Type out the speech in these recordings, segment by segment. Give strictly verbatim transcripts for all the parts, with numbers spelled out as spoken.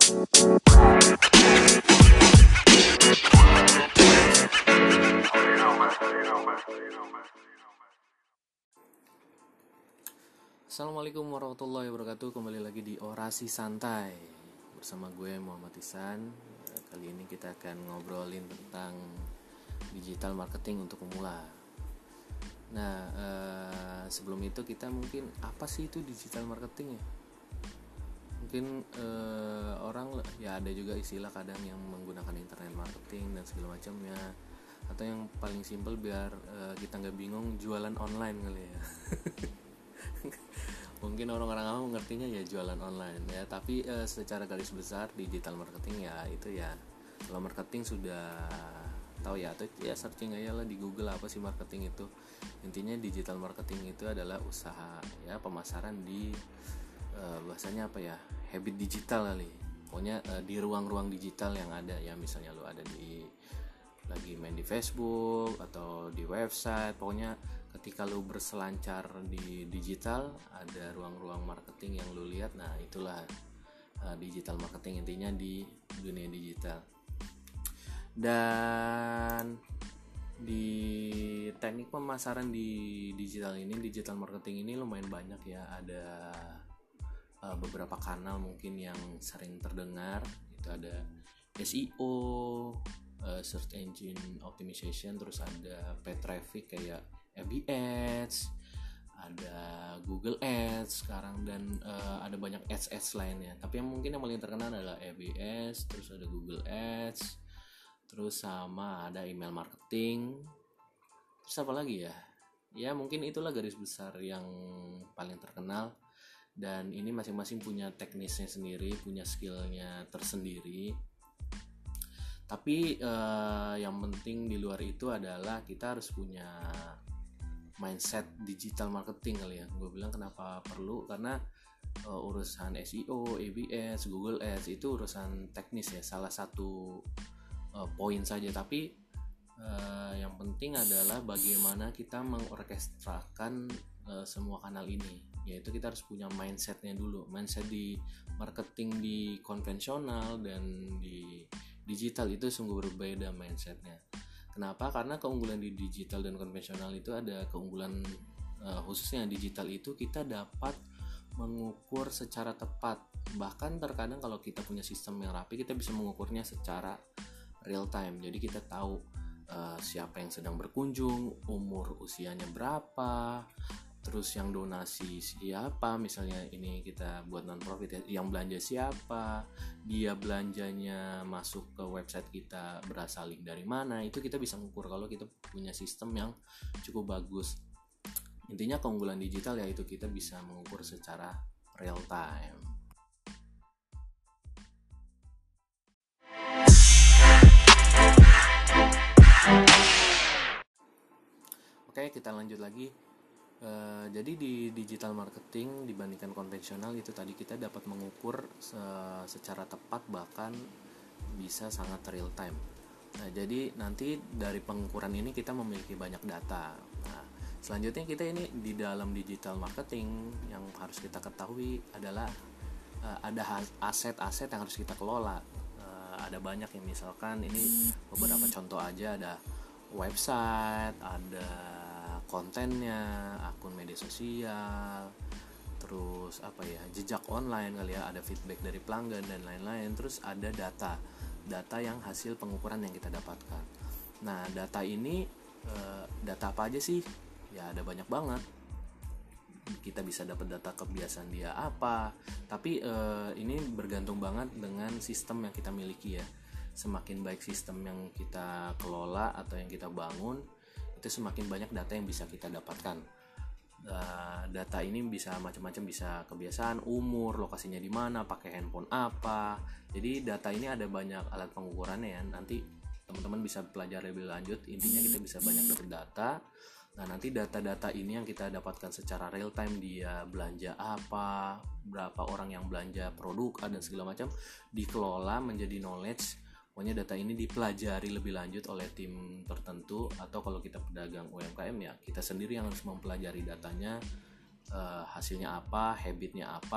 Assalamualaikum warahmatullahi wabarakatuh. Kembali lagi di Orasi Santai bersama gue Muhammad Ihsan. Kali ini kita akan ngobrolin tentang digital marketing untuk pemula. Nah, eh, sebelum itu kita mungkin apa sih itu digital marketing ya? Mungkin eh, orang ya ada juga istilah kadang yang menggunakan internet marketing dan segala macamnya. Atau yang paling simpel biar eh, kita nggak bingung, jualan online kali ya. Mungkin orang-orang awam ngertinya ya jualan online ya, tapi eh, secara garis besar digital marketing ya itu ya, kalau marketing sudah tahu ya, atau ya searching aja lah di Google apa sih marketing itu. Intinya digital marketing itu adalah usaha ya pemasaran di eh, bahasanya apa ya, habit digital kali. Pokoknya eh, di ruang-ruang digital yang ada ya, misalnya lu ada di lagi main di Facebook atau di website, pokoknya ketika lu berselancar di digital ada ruang-ruang marketing yang lu lihat. Nah itulah uh, digital marketing, intinya di dunia digital. Dan di teknik pemasaran di digital ini, digital marketing ini lumayan banyak ya. Ada uh, beberapa kanal mungkin yang sering terdengar, itu ada S E O, uh, search engine optimization, terus ada paid traffic kayak A B Ads, ada Google Ads sekarang, dan uh, ada banyak ads-ads lainnya. Tapi yang mungkin yang paling terkenal adalah A B Ads, terus ada Google Ads, terus sama ada email marketing. Terus apa lagi ya? Ya mungkin itulah garis besar yang paling terkenal. Dan ini masing-masing punya teknisnya sendiri, punya skillnya tersendiri. Tapi uh, yang penting di luar itu adalah kita harus punya mindset digital marketing kali ya. Gue bilang kenapa perlu, karena uh, urusan S E O, A B S, Google Ads itu urusan teknis ya, salah satu uh, poin saja. Tapi uh, yang penting adalah bagaimana kita mengorkestrakan uh, semua kanal ini. Yaitu kita harus punya mindsetnya dulu. Mindset di marketing di konvensional dan di digital itu sungguh berbeda mindsetnya. Kenapa? Karena keunggulan di digital dan konvensional itu ada keunggulan uh, khususnya digital itu kita dapat mengukur secara tepat. Bahkan terkadang kalau kita punya sistem yang rapi, kita bisa mengukurnya secara real time. Jadi kita tahu uh, siapa yang sedang berkunjung, umur usianya berapa, terus yang donasi siapa, misalnya ini kita buat non profit ya, yang belanja siapa, dia belanjanya masuk ke website kita berasal link dari mana, itu kita bisa mengukur kalau kita punya sistem yang cukup bagus. Intinya keunggulan digital yaitu kita bisa mengukur secara real time. Oke, kita lanjut lagi. Uh, jadi di digital marketing dibandingkan konvensional itu tadi kita dapat mengukur se- secara tepat, bahkan bisa sangat real time. Nah, jadi nanti dari pengukuran ini kita memiliki banyak data. Nah, selanjutnya kita ini di dalam digital marketing yang harus kita ketahui adalah uh, ada aset-aset yang harus kita kelola. Uh, ada banyak yang misalkan ini beberapa contoh aja, ada website, ada kontennya, akun media sosial, terus apa ya, jejak online kali ya, ada feedback dari pelanggan dan lain-lain. Terus ada data, data yang hasil pengukuran yang kita dapatkan. Nah data ini eh, data apa aja sih? Ya ada banyak banget. Kita bisa dapat data kebiasaan dia apa, tapi eh, ini bergantung banget dengan sistem yang kita miliki ya. Semakin baik sistem yang kita kelola atau yang kita bangun, itu semakin banyak data yang bisa kita dapatkan. Uh, data ini bisa macam-macam, bisa kebiasaan, umur, lokasinya di mana, pakai handphone apa. Jadi data ini ada banyak alat pengukurannya ya. Nanti teman-teman bisa pelajari lebih lanjut. Intinya kita bisa banyak dapat data. Nah nanti data-data ini yang kita dapatkan secara real time, dia belanja apa, berapa orang yang belanja produk dan segala macam, dikelola menjadi knowledge. Pokoknya data ini dipelajari lebih lanjut oleh tim tertentu, atau kalau kita pedagang U M K M ya kita sendiri yang harus mempelajari datanya, uh, hasilnya apa, habitnya apa,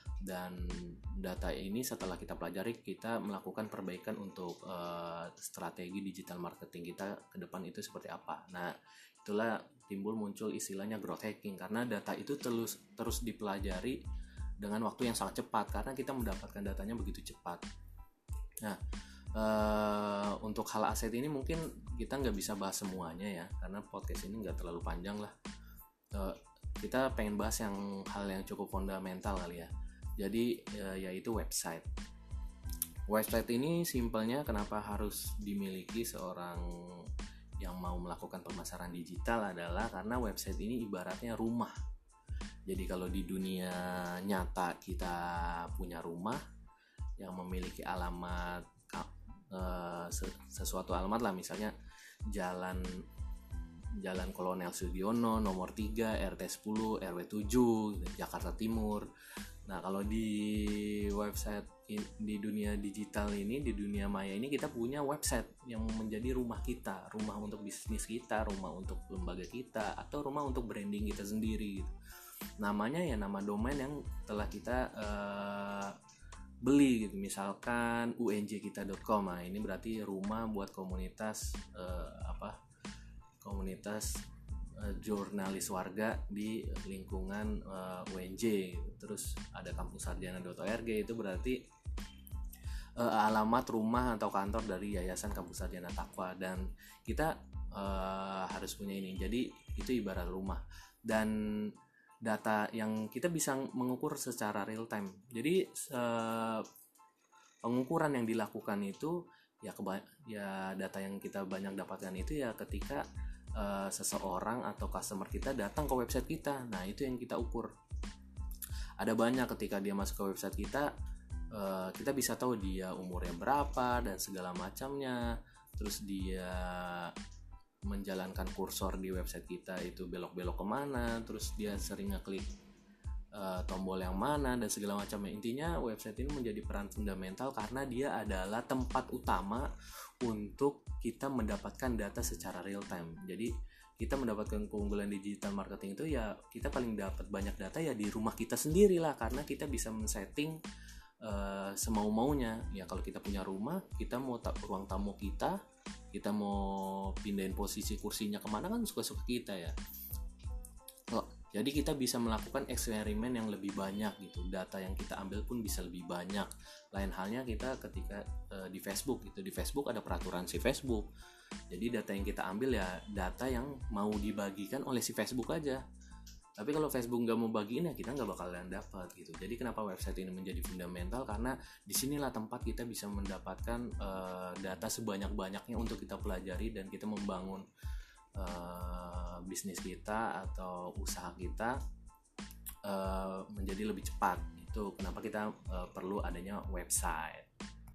Dan data ini setelah kita pelajari, kita melakukan perbaikan untuk uh, strategi digital marketing kita ke depan itu seperti apa. Nah, itulah timbul muncul istilahnya growth hacking, karena data itu terus terus dipelajari dengan waktu yang sangat cepat karena kita mendapatkan datanya begitu cepat. Nah, uh, untuk hal aset ini mungkin kita nggak bisa bahas semuanya ya, karena podcast ini nggak terlalu panjang lah. Uh, kita pengen bahas yang hal yang cukup fundamental kali ya. Jadi uh, yaitu website. Website ini simpelnya kenapa harus dimiliki seorang yang mau melakukan pemasaran digital adalah karena website ini ibaratnya rumah. Jadi kalau di dunia nyata kita punya rumah yang memiliki alamat uh, sesuatu alamat lah, misalnya jalan Jalan Kolonel Sugiono nomor tiga R T sepuluh R W tujuh Jakarta Timur. Nah, kalau di website di dunia digital ini, di dunia maya ini, kita punya website yang menjadi rumah kita, rumah untuk bisnis kita, rumah untuk lembaga kita, atau rumah untuk branding kita sendiri gitu. Namanya ya nama domain yang telah kita uh, beli gitu, misalkan u n j kita dot com. Nah, ini berarti rumah buat komunitas uh, apa komunitas uh, jurnalis warga di lingkungan uh, U N J. Terus ada kampus sarjana dot org, itu berarti uh, alamat rumah atau kantor dari Yayasan Kampus Sarjana Takwa, dan kita uh, harus punya ini. Jadi itu ibarat rumah, dan data yang kita bisa mengukur secara real time. Jadi uh, pengukuran yang dilakukan itu ya keba- ya data yang kita banyak dapatkan itu ya ketika Uh, seseorang atau customer kita datang ke website kita. Nah, itu yang kita ukur. Ada banyak ketika dia masuk ke website kita, uh, kita bisa tahu dia umurnya berapa dan segala macamnya. Terus dia menjalankan kursor di website kita itu belok-belok kemana, terus dia sering ngeklik uh, tombol yang mana dan segala macamnya. Intinya website ini menjadi peran fundamental karena dia adalah tempat utama untuk kita mendapatkan data secara real time. Jadi kita mendapatkan keunggulan digital marketing itu ya kita paling dapat banyak data ya di rumah kita sendiri lah, karena kita bisa men-setting uh, semau-maunya. Ya kalau kita punya rumah, kita mau tak ruang tamu kita, kita mau pindahin posisi kursinya kemana kan suka-suka kita ya. Oh, jadi kita bisa melakukan eksperimen yang lebih banyak gitu. Data yang kita ambil pun bisa lebih banyak. Lain halnya kita ketika uh, di Facebook gitu. Di Facebook ada peraturan si Facebook. Jadi data yang kita ambil ya data yang mau dibagikan oleh si Facebook aja. Tapi kalau Facebook nggak mau bagiin ya kita nggak bakalan dapat gitu. Jadi kenapa website ini menjadi fundamental? Karena disinilah tempat kita bisa mendapatkan uh, data sebanyak-banyaknya untuk kita pelajari dan kita membangun Uh, bisnis kita atau usaha kita uh, menjadi lebih cepat. Itu kenapa kita uh, perlu adanya website.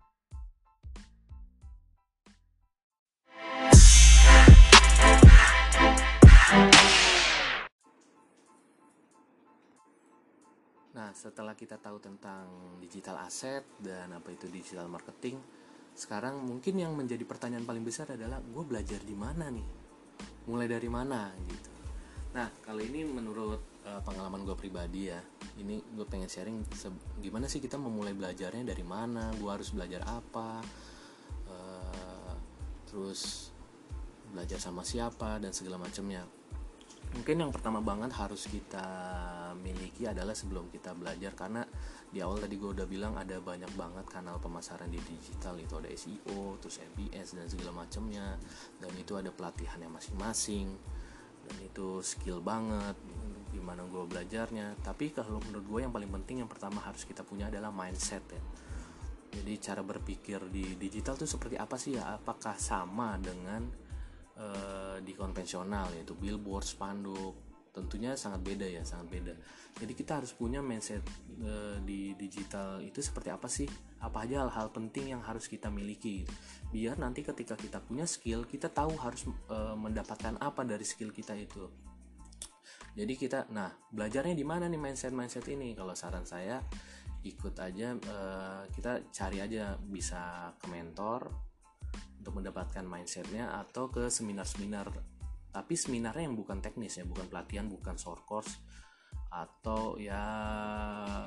Nah, setelah kita tahu tentang digital asset dan apa itu digital marketing, sekarang mungkin yang menjadi pertanyaan paling besar adalah gue belajar di mana nih? Mulai dari mana gitu. Nah, kali ini menurut uh, pengalaman gue pribadi ya, ini gue pengen sharing se- gimana sih kita memulai belajarnya, dari mana, gue harus belajar apa, uh, terus belajar sama siapa dan segala macamnya. Mungkin yang pertama banget harus kita miliki adalah sebelum kita belajar, karena di awal tadi gue udah bilang ada banyak banget kanal pemasaran di digital. Itu ada S E O, terus M B S dan segala macamnya, dan itu ada pelatihannya masing-masing, dan itu skill banget gimana gue belajarnya. Tapi kalau menurut gue yang paling penting yang pertama harus kita punya adalah mindset ya. Jadi cara berpikir di digital tuh seperti apa sih ya, apakah sama dengan di konvensional yaitu billboard, spanduk? Tentunya sangat beda ya, sangat beda. Jadi kita harus punya mindset e, di digital itu seperti apa sih, apa aja hal-hal penting yang harus kita miliki gitu. Biar nanti ketika kita punya skill, kita tahu harus e, mendapatkan apa dari skill kita itu. Jadi kita, nah belajarnya di mana nih mindset-mindset ini? Kalau saran saya ikut aja, e, kita cari aja, bisa ke mentor untuk mendapatkan mindsetnya, atau ke seminar-seminar, tapi seminarnya yang bukan teknis ya, bukan pelatihan, bukan short course, atau ya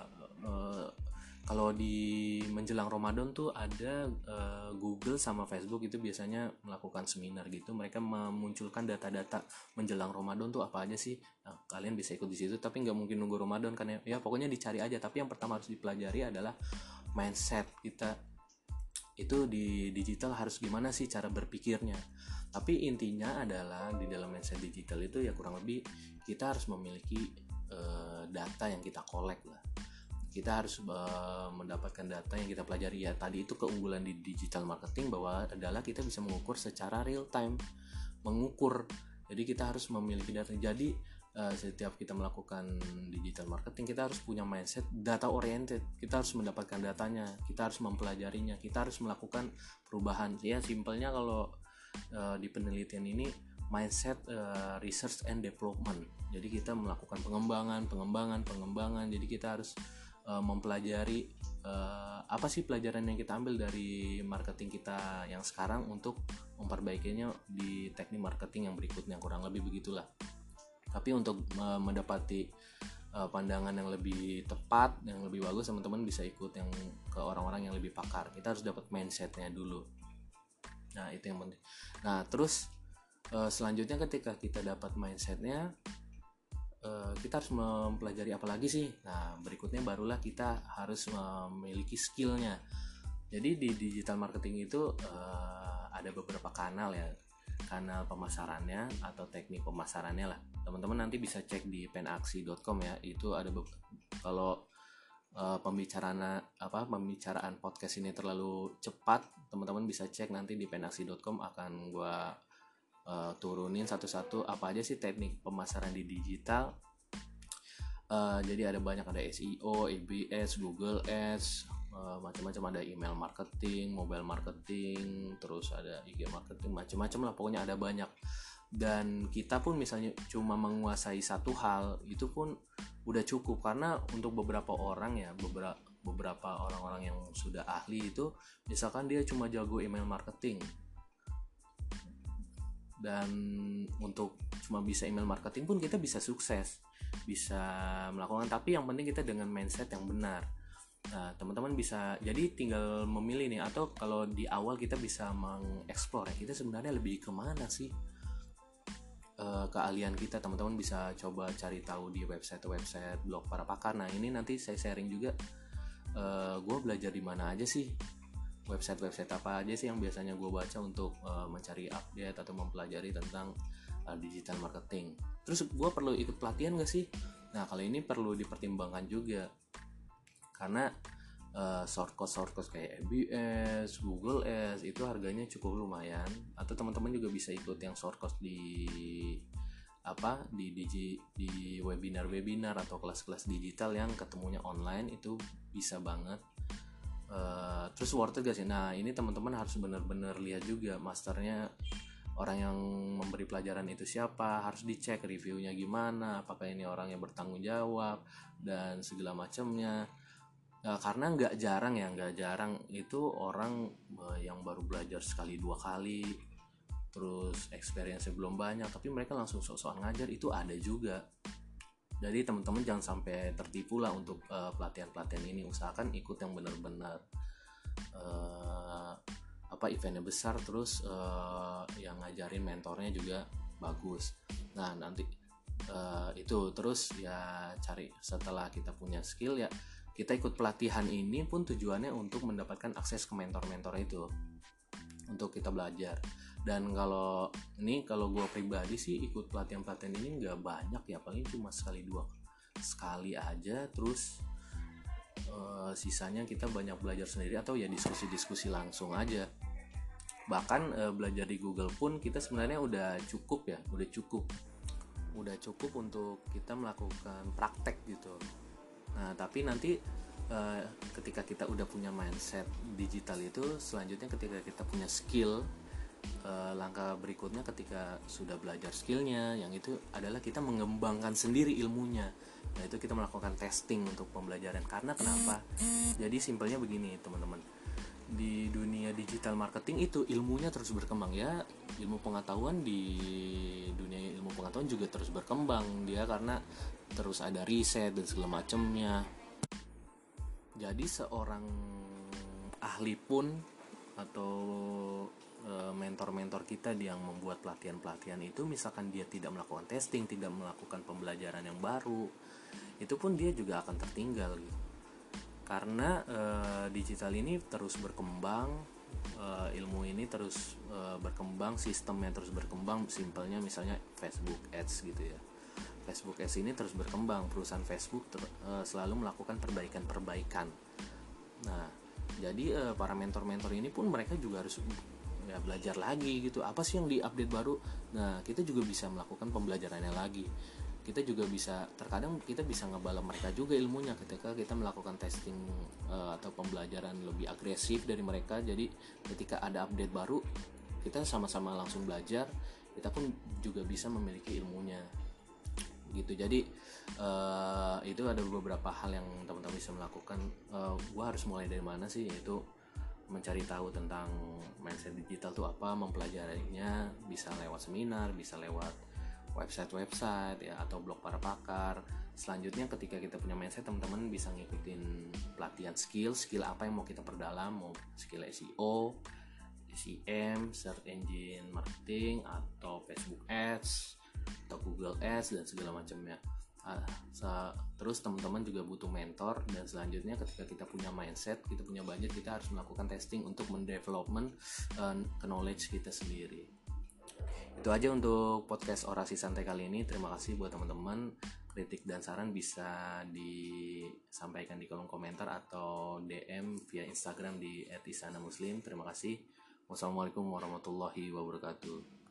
uh, kalau di menjelang Ramadan tuh ada uh, Google sama Facebook itu biasanya melakukan seminar gitu. Mereka memunculkan data-data menjelang Ramadan tuh apa aja sih. Nah, kalian bisa ikut di situ, tapi nggak mungkin nunggu Ramadan kan ya. Ya pokoknya dicari aja. Tapi yang pertama harus dipelajari adalah mindset kita itu di digital harus gimana sih cara berpikirnya. Tapi intinya adalah di dalam mindset digital itu ya kurang lebih kita harus memiliki uh, data yang kita collect lah. Kita harus uh, mendapatkan data yang kita pelajari. Ya tadi itu keunggulan di digital marketing bahwa adalah kita bisa mengukur secara real time, mengukur. Jadi kita harus memiliki data. Jadi uh, setiap kita melakukan digital marketing kita harus punya mindset data oriented. Kita harus mendapatkan datanya, kita harus mempelajarinya, kita harus melakukan perubahan. Ya simpelnya kalau uh, di penelitian ini mindset uh, research and development. Jadi kita melakukan pengembangan, pengembangan, pengembangan. Jadi kita harus Uh, mempelajari uh, apa sih pelajaran yang kita ambil dari marketing kita yang sekarang untuk memperbaikinya di teknik marketing yang berikutnya, kurang lebih begitulah. Tapi untuk uh, mendapati uh, pandangan yang lebih tepat, yang lebih bagus, teman-teman bisa ikut yang ke orang-orang yang lebih pakar. Kita harus dapat mindsetnya dulu. Nah itu yang penting. Nah terus uh, selanjutnya ketika kita dapat mindsetnya, kita harus mempelajari apa lagi sih. Nah berikutnya barulah kita harus memiliki skillnya. Jadi di digital marketing itu uh, ada beberapa kanal ya, kanal pemasarannya atau teknik pemasarannya lah. Teman-teman nanti bisa cek di penaksi dot com ya. Itu ada be- kalau uh, pembicaraan apa pembicaraan podcast ini terlalu cepat, teman-teman bisa cek nanti di penaksi dot com, akan gua Uh, turunin satu-satu apa aja sih teknik pemasaran di digital. Uh, jadi ada banyak, ada S E O, A B S, Google Ads, uh, macam-macam, ada email marketing, mobile marketing, terus ada I G marketing, macam-macam lah pokoknya ada banyak. Dan kita pun misalnya cuma menguasai satu hal itu pun udah cukup, karena untuk beberapa orang ya, beberapa beberapa orang-orang yang sudah ahli itu misalkan dia cuma jago email marketing. Dan untuk cuma bisa email marketing pun kita bisa sukses, bisa melakukan, tapi yang penting kita dengan mindset yang benar. Nah teman-teman bisa, jadi tinggal memilih nih, atau kalau di awal kita bisa mengeksplor ya, kita sebenarnya lebih kemana sih e, keahlian kita. Teman-teman bisa coba cari tahu di website-website blog para pakar. Nah ini nanti saya sharing juga, e, gue belajar di mana aja sih, website-website apa aja sih yang biasanya gue baca untuk uh, mencari update atau mempelajari tentang uh, digital marketing. Terus gue perlu ikut pelatihan gak sih? Nah kali ini perlu dipertimbangkan juga, karena uh, short course short course kayak A B S, Google Ads itu harganya cukup lumayan. Atau teman-teman juga bisa ikut yang short course di apa di digi, di webinar-webinar atau kelas-kelas digital yang ketemunya online, itu bisa banget. Uh, terus worth it gak sih? Nah ini teman-teman harus benar-benar lihat juga masternya, orang yang memberi pelajaran itu siapa, harus dicek reviewnya gimana, apakah ini orang yang bertanggung jawab dan segala macamnya. Nah, karena nggak jarang ya, nggak jarang itu orang uh, yang baru belajar sekali dua kali, terus experience-nya belum banyak, tapi mereka langsung sok-sokan ngajar, itu ada juga. Jadi teman-teman jangan sampai tertipu lah untuk uh, pelatihan-pelatihan ini. Usahakan ikut yang benar-benar uh, apa eventnya besar, terus uh, yang ngajarin mentornya juga bagus. Nah nanti uh, itu terus ya cari, setelah kita punya skill ya kita ikut pelatihan ini pun tujuannya untuk mendapatkan akses ke mentor-mentor itu untuk kita belajar. Dan kalau ini kalau gue pribadi sih ikut pelatihan-pelatihan ini nggak banyak ya, paling cuma sekali dua sekali aja, terus uh, sisanya kita banyak belajar sendiri atau ya diskusi-diskusi langsung aja. Bahkan uh, belajar di Google pun kita sebenarnya udah cukup ya, udah cukup udah cukup untuk kita melakukan praktek gitu. Nah tapi nanti uh, ketika kita udah punya mindset digital itu, selanjutnya ketika kita punya skill, Uh, langkah berikutnya ketika sudah belajar skillnya, yang itu adalah kita mengembangkan sendiri ilmunya. Nah itu kita melakukan testing untuk pembelajaran. Karena kenapa? Jadi simpelnya begini teman-teman, di dunia digital marketing itu ilmunya terus berkembang ya. Ilmu pengetahuan di dunia ilmu pengetahuan juga terus berkembang dia, karena terus ada riset dan segala macamnya. jadi seorang ahli pun atau e, mentor-mentor kita yang membuat pelatihan-pelatihan itu, misalkan dia tidak melakukan testing, tidak melakukan pembelajaran yang baru, itu pun dia juga akan tertinggal gitu. Karena e, digital ini terus berkembang, e, ilmu ini terus e, berkembang, sistemnya terus berkembang. Simpelnya misalnya Facebook Ads gitu ya. Facebook Ads ini terus berkembang, perusahaan Facebook ter, e, selalu melakukan perbaikan-perbaikan. Nah, jadi e, para mentor-mentor ini pun mereka juga harus ya belajar lagi gitu. Apa sih yang diupdate baru? Nah, kita juga bisa melakukan pembelajarannya lagi. Kita juga bisa, terkadang kita bisa ngebalap mereka juga ilmunya ketika kita melakukan testing e, atau pembelajaran lebih agresif dari mereka. Jadi ketika ada update baru, kita sama-sama langsung belajar, kita pun juga bisa memiliki ilmunya gitu. Jadi uh, itu ada beberapa hal yang teman-teman bisa melakukan. Uh, gua harus mulai dari mana sih? Yaitu mencari tahu tentang mindset digital itu apa, mempelajarinya bisa lewat seminar, bisa lewat website-website ya, atau blog para pakar. Selanjutnya ketika kita punya mindset, teman-teman bisa ngikutin pelatihan skill, skill apa yang mau kita perdalam, mau skill S E O, S E M, search engine marketing, atau Facebook Ads, atau Google Ads dan segala macamnya. Uh, terus teman-teman juga butuh mentor, dan selanjutnya ketika kita punya mindset, kita punya budget, kita harus melakukan testing untuk mendevelopment uh, knowledge kita sendiri. Itu aja untuk podcast Orasi Santai kali ini. Terima kasih buat teman-teman. Kritik dan saran bisa disampaikan di kolom komentar atau D M via Instagram di et isana muslim. Terima kasih. Wassalamualaikum warahmatullahi wabarakatuh.